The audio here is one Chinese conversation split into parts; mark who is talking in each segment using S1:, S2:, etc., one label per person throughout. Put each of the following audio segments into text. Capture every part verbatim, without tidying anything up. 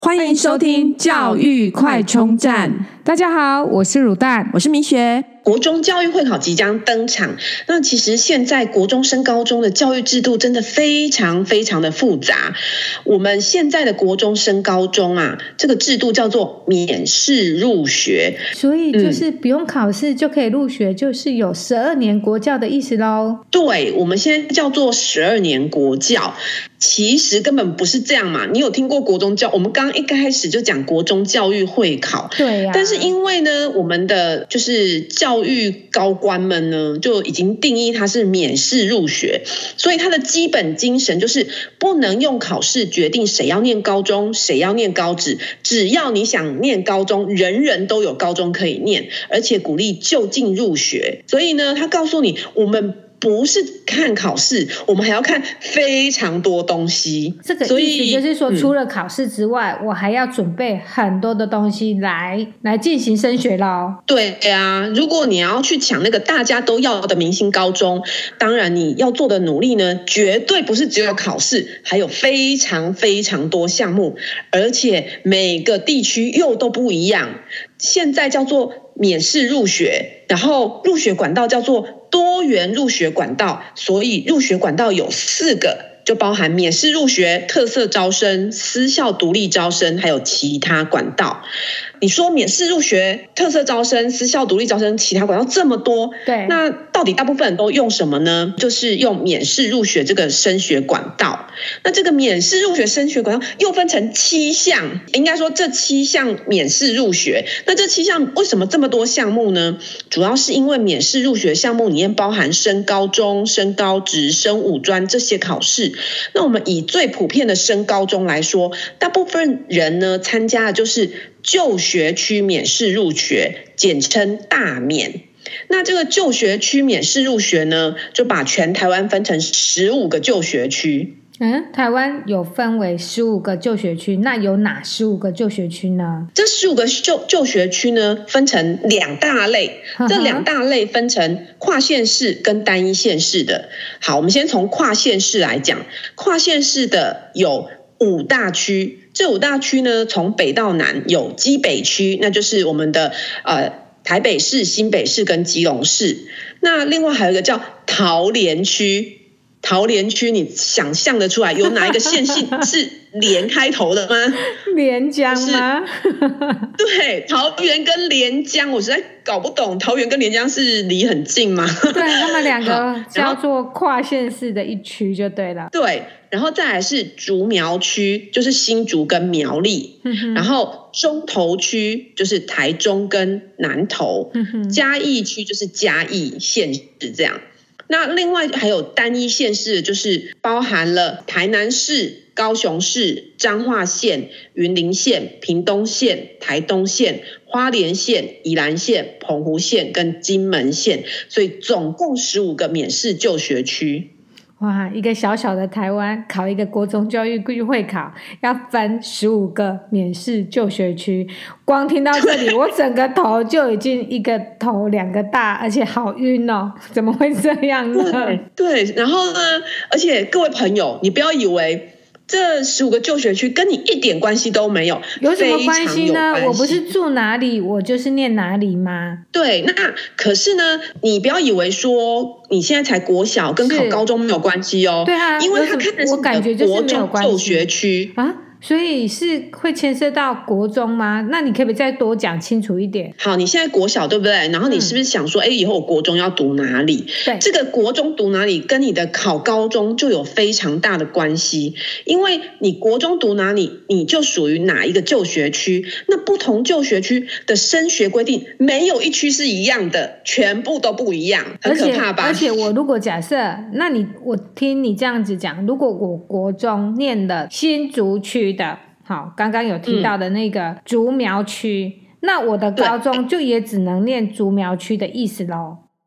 S1: 欢迎收听教育快充站。
S2: 大家好，我是乳蛋，
S1: 我是明学。
S3: 国中教育会考即将登场，那其实现在国中升高中的教育制度真的非常非常的复杂。我们现在的国中升高中啊，这个制度叫做免试入学，
S2: 所以就是不用考试就可以入学，嗯、就是有十二年国教的意思咯。
S3: 对，我们现在叫做十二年国教，其实根本不是这样嘛。你有听过国中教？我们刚刚一开始就讲国中教育会考，
S2: 对呀、啊。
S3: 但是因为呢，我们的就是教教育高官们呢，就已经定义它是免试入学，所以它的基本精神就是不能用考试决定谁要念高中，谁要念高职，只要你想念高中，人人都有高中可以念，而且鼓励就近入学。所以呢，他告诉你，我们不是看考试，我们还要看非常多东西。
S2: 这个意思就是说，除了考试之外、嗯、我还要准备很多的东西来来进行升学咯。
S3: 对啊，如果你要去抢那个大家都要的明星高中，当然你要做的努力呢，绝对不是只有考试，还有非常非常多项目，而且每个地区又都不一样。现在叫做免试入学，然后入学管道叫做多元入学管道，所以入学管道有四个，就包含免试入学、特色招生、私校独立招生，还有其他管道。你说免试入学、特色招生、私校独立招生、其他管道这么多，
S2: 对，
S3: 那到底大部分人都用什么呢？就是用免试入学这个升学管道。那这个免试入学升学管道又分成七项，应该说这七项免试入学。那这七项为什么这么多项目呢？主要是因为免试入学项目里面包含升高中、升高职、升五专这些考试。那我们以最普遍的升高中来说，大部分人呢参加的就是就学区免试入学，简称大免。那这个就学区免试入学呢，就把全台湾分成十五个就学区。
S2: 嗯，台湾有分为十五个就学区，那有哪十五个就学区呢？
S3: 这十五个就就学区呢，分成两大类，这两大类分成跨县市跟单一县市的。好，我们先从跨县市来讲，跨县市的有五大区。这五大区呢，从北到南有基北区，那就是我们的呃台北市、新北市跟基隆市。那另外还有一个叫桃园区。桃园区你想象得出来有哪一个县市是连开头的吗？
S2: 连江吗？
S3: 对，桃园跟连江，我实在搞不懂，桃园跟连江是离很近吗？
S2: 对，他们两个叫做跨县市的一区就对了。
S3: 对，然后再来是竹苗区，就是新竹跟苗栗，嗯、然后中投区就是台中跟南投，嗯、嘉义区就是嘉义县市这样。那另外还有单一县市，就是包含了台南市、高雄市、彰化县、云林县、屏东县、台东县、花莲县、宜兰县、澎湖县跟金门县，所以总共十五个免试就学区。
S2: 哇，一个小小的台湾考一个国中教育会考要分十五个免试就学区，光听到这里我整个头就已经一个头两个大，而且好晕哦，怎么会这样呢？
S3: 对，对，然后呢，而且各位朋友，你不要以为这十五个就学区跟你一点关系都没有。
S2: 有什么关系呢？我不是住哪里我就是念哪里吗？
S3: 对，那可是呢，你不要以为说你现在才国小跟考高中没有关系哦。
S2: 对啊，
S3: 因为他看的是你的国中就学区
S2: 啊。所以是会牵涉到国中吗？那你可不可以再多讲清楚一点？
S3: 好，你现在国小对不对？然后你是不是想说，哎、嗯，以后我国中要读哪里？
S2: 对，
S3: 这个国中读哪里跟你的考高中就有非常大的关系，因为你国中读哪里，你就属于哪一个就学区。那不同就学区的升学规定，没有一区是一样的，全部都不一样，很可怕吧？
S2: 而且，而且我如果假设，那你我听你这样子讲，如果我国中念的新竹区的，好，刚刚有听到的那个竹苗区、嗯、那我的高中就也只能念竹苗区的意思咯。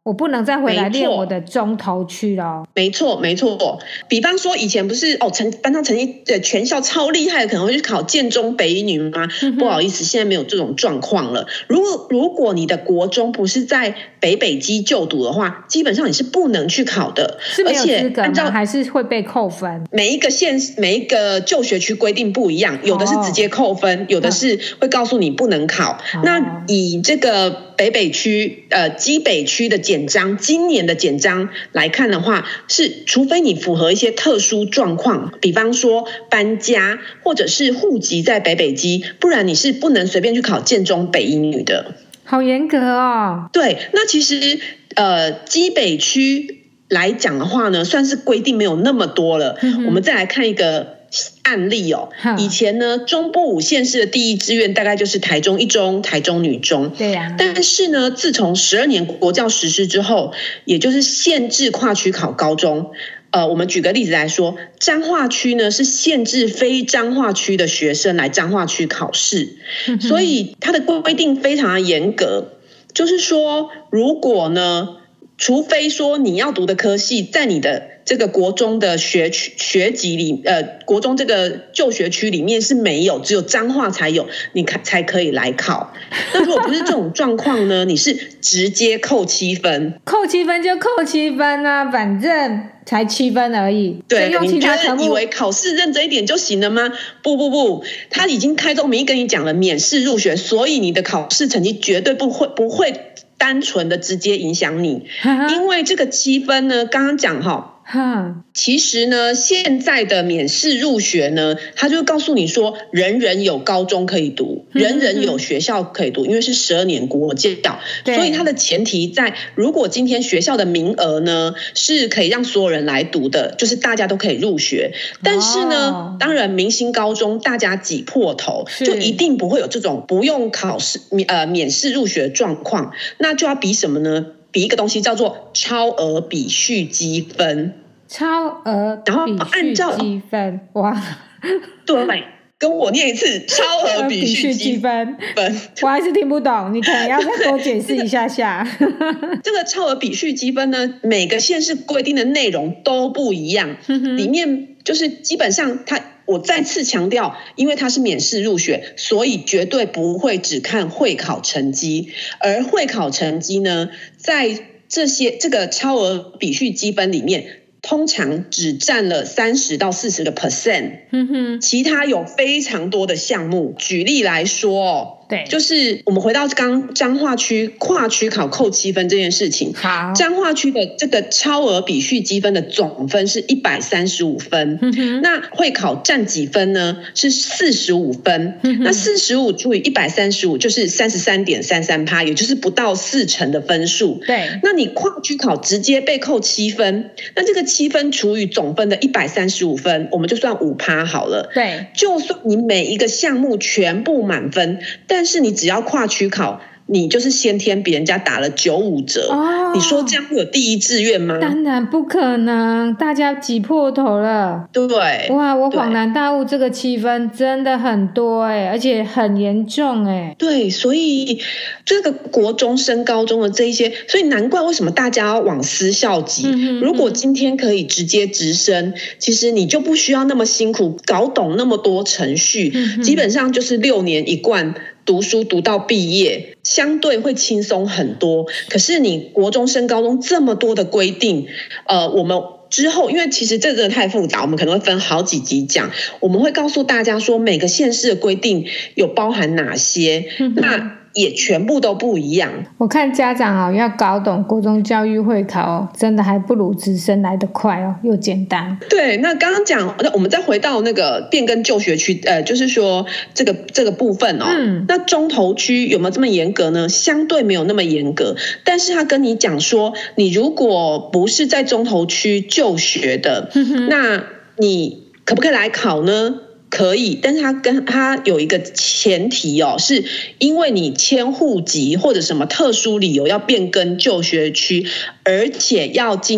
S2: 我不能再回来练我的中投区了。
S3: 没错，没错。比方说以前不是哦，成班上成绩呃全校超厉害的，可能会去考建中北一女吗？嗯、不好意思，现在没有这种状况了。如果如果你的国中不是在北北基就读的话，基本上你是不能去考的，
S2: 是没有资格吗？而且还是会被扣分？
S3: 每一个县每一个就学区规定不一样，有的是直接扣分，哦、有的是会告诉你不能考。哦、那以这个北北区呃基北区的简章，今年的简章来看的话，是除非你符合一些特殊状况，比方说搬家或者是户籍在北北基，不然你是不能随便去考建中北一女的。
S2: 好严格哦。对，
S3: 那其实呃基北区来讲的话呢，算是规定没有那么多了。嗯、我们再来看一个案例哦，以前呢，中部五县市的第一志愿大概就是台中一中、台中女中。
S2: 对呀、啊。
S3: 但是呢，自从十二年国教实施之后，也就是限制跨区考高中。呃，我们举个例子来说，彰化区呢是限制非彰化区的学生来彰化区考试，嗯、所以它的规定非常的严格。就是说，如果呢，除非说你要读的科系在你的这个国中的学区学籍里，呃，国中这个就学区里面是没有，只有彰化才有，你才可以来考。那如果不是这种状况呢，你是直接扣七分，
S2: 扣七分就扣七分啊，反正才七分而已。
S3: 对，你觉得以为考试认真一点就行了吗？不不不，他已经开宗明义跟你讲了免试入学，所以你的考试成绩绝对不会不会单纯的直接影响你，因为这个七分呢，刚刚讲哈。其实呢，现在的免试入学呢，他就告诉你说，人人有高中可以读，人人有学校可以读，因为是十二年国教，所以它的前提在，如果今天学校的名额呢是可以让所有人来读的，就是大家都可以入学。但是呢，哦、当然明星高中大家挤破头，就一定不会有这种不用考试呃免试入学的状况，那就要比什么呢？比一个东西叫做超额比序积分，
S2: 超额比序积分，哇，
S3: 对，跟我念一次，超额比序积分，
S2: 我还是听不懂，你可能要再多解释一下下。
S3: 这个超额比序积分呢，每个县市规定的内容都不一样，里面就是基本上它。我再次强调，因为它是免试入学，所以绝对不会只看会考成绩，而会考成绩呢，在这些这个超额比序积分里面，通常只占了三十到四十个 percent， 其他有非常多的项目。举例来说，对，就是我们回到刚彰化区跨区考扣七分这件事情。好，彰化区的这个超额比序积分的总分是一百三十五分，嗯、那会考占几分呢？是四十五分。嗯、那四十五除以一百三十五就是三十三点三三趴，也就是不到四成的分数。对，那你跨区考直接被扣七分，那这个七分除以总分的一百三十五分，我们就算五趴好了。对，就算你每一个项目全部满分。但是你只要跨区考，你就是先天比人家打了九五折。哦、你说这样会有第一志愿吗？
S2: 当然不可能，大家挤破头了。
S3: 对，
S2: 哇，我恍然大悟，这个七分真的很多哎、欸，而且很严重哎、欸。
S3: 对，所以这个国中升高中的这一些，所以难怪为什么大家要往私校挤。嗯、如果今天可以直接直升，其实你就不需要那么辛苦，搞懂那么多程序，嗯、基本上就是六年一贯。读书读到毕业，相对会轻松很多。可是你国中升高中这么多的规定，呃，我们之后，因为其实这真的太复杂，我们可能会分好几集讲。我们会告诉大家说，每个县市的规定有包含哪些，嗯、那也全部都不一样。
S2: 我看家长啊、哦，要搞懂国中教育会考、哦，真的还不如直升来得快哦，又简单。
S3: 对，那刚刚讲，那我们再回到那个变更就学区，呃，就是说这个这个部分哦，嗯、那中投区有没有这么严格呢？相对没有那么严格，但是他跟你讲说，你如果不是在中投区就学的，嗯、那你可不可以来考呢？可以，但是他跟他有一个前提哦，是因为你迁户籍或者什么特殊理由要变更就学区，而且要经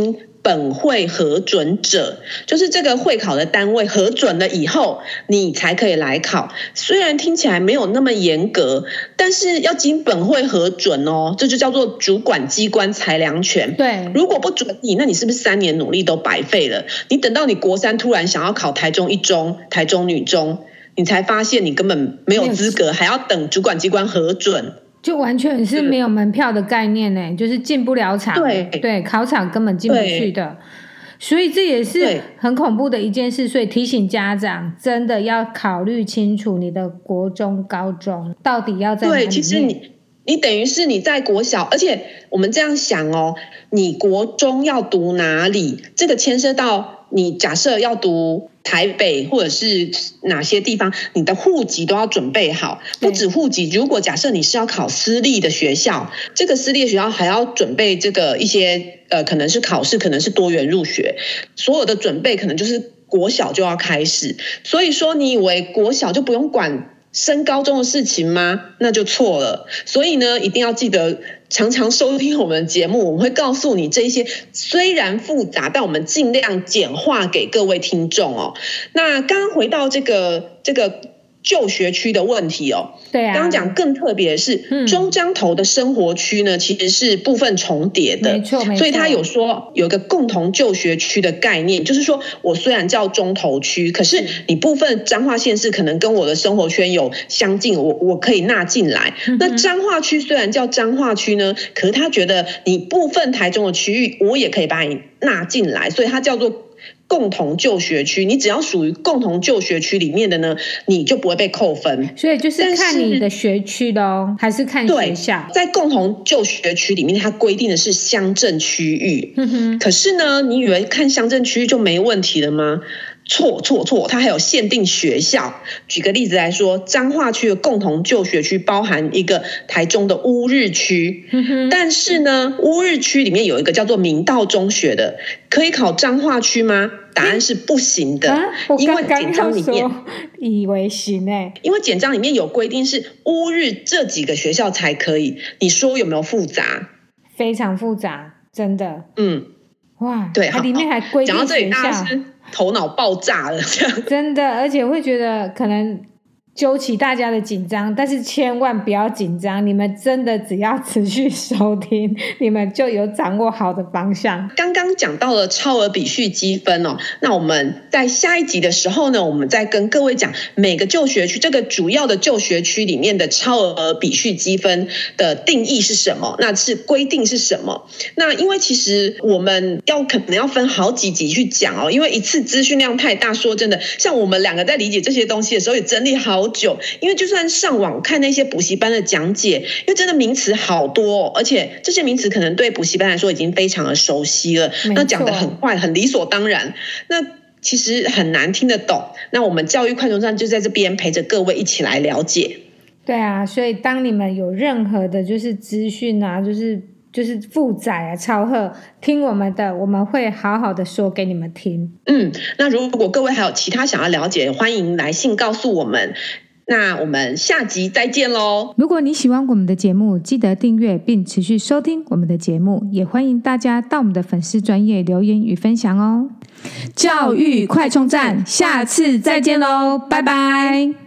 S3: 本会核准者，就是这个会考的单位核准了以后，你才可以来考。虽然听起来没有那么严格，但是要经本会核准哦，这就叫做主管机关裁量权。
S2: 对，
S3: 如果不准你，那你是不是三年努力都白费了？你等到你国三突然想要考台中一中、台中女中，你才发现你根本没有资格，还要等主管机关核准。
S2: 就完全是没有门票的概念呢，就是进不了场，
S3: 对
S2: 对，考场根本进不去的，所以这也是很恐怖的一件事。所以提醒家长，真的要考虑清楚你的国中、高中到底要在哪里念。
S3: 对，其实你你等于是你在国小，而且我们这样想哦，你国中要读哪里，这个牵涉到你假设要读台北或者是哪些地方，你的户籍都要准备好。不止户籍，如果假设你是要考私立的学校，这个私立的学校还要准备这个一些呃，可能是考试，可能是多元入学，所有的准备可能就是国小就要开始。所以说，你以为国小就不用管升高中的事情吗？那就错了。所以呢，一定要记得常常收听我们的节目，我们会告诉你这一些虽然复杂，但我们尽量简化给各位听众哦。那刚刚回到这个这个就学区的问题哦，
S2: 对啊，
S3: 刚刚讲更特别的是，嗯、中彰投的生活区呢，其实是部分重叠的，
S2: 没错没错。
S3: 所以他有说有一个共同就学区的概念，就是说我虽然叫中投区，可是你部分彰化县市可能跟我的生活圈有相近，我我可以纳进来。嗯、那彰化区虽然叫彰化区呢，可是他觉得你部分台中的区域，我也可以把你纳进来，所以它叫做共同就学区。你只要属于共同就学区里面的呢，你就不会被扣分。
S2: 所以就是看你的学区的哦，还是看学校？
S3: 在共同就学区里面，它规定的是乡镇区域。嗯哼。可是呢，你以为看乡镇区域就没问题了吗？错错错，它还有限定学校。举个例子来说，彰化区的共同就学区包含一个台中的乌日区，嗯、但是呢，乌日区里面有一个叫做明道中学的，可以考彰化区吗？答案是不行的，
S2: 啊、
S3: 因为简章里面
S2: 以为行哎，
S3: 因为简章里面有规定是乌日这几个学校才可以。你说有没有复杂？
S2: 非常复杂，真的。
S3: 嗯，
S2: 哇，
S3: 对，
S2: 它里面还规定学校。讲到这里，大家是
S3: 头脑爆炸了，这样
S2: 真的，而且会觉得可能揪起大家的紧张，但是千万不要紧张，你们真的只要持续收听，你们就有掌握好的方向。
S3: 刚刚讲到了超额比序积分哦，那我们在下一集的时候呢，我们再跟各位讲每个就学区这个主要的就学区里面的超额比序积分的定义是什么，那是规定是什么。那因为其实我们要可能要分好几集去讲哦，因为一次资讯量太大，说真的，像我们两个在理解这些东西的时候也整理好久，因为就算上网看那些补习班的讲解，因为真的名词好多哦，而且这些名词可能对补习班来说已经非常的熟悉了，那讲得很快很理所当然，那其实很难听得懂。那我们教育快充站就在这边陪着各位一起来了解。
S2: 对啊，所以当你们有任何的就是资讯啊，就是就是负载啊、超贺，听我们的，我们会好好的说给你们听。
S3: 嗯，那如果各位还有其他想要了解，欢迎来信告诉我们。那我们下集再见咯。
S1: 如果你喜欢我们的节目，记得订阅并持续收听我们的节目，也欢迎大家到我们的粉丝专页留言与分享哦。教育快充站，下次再见咯，拜拜。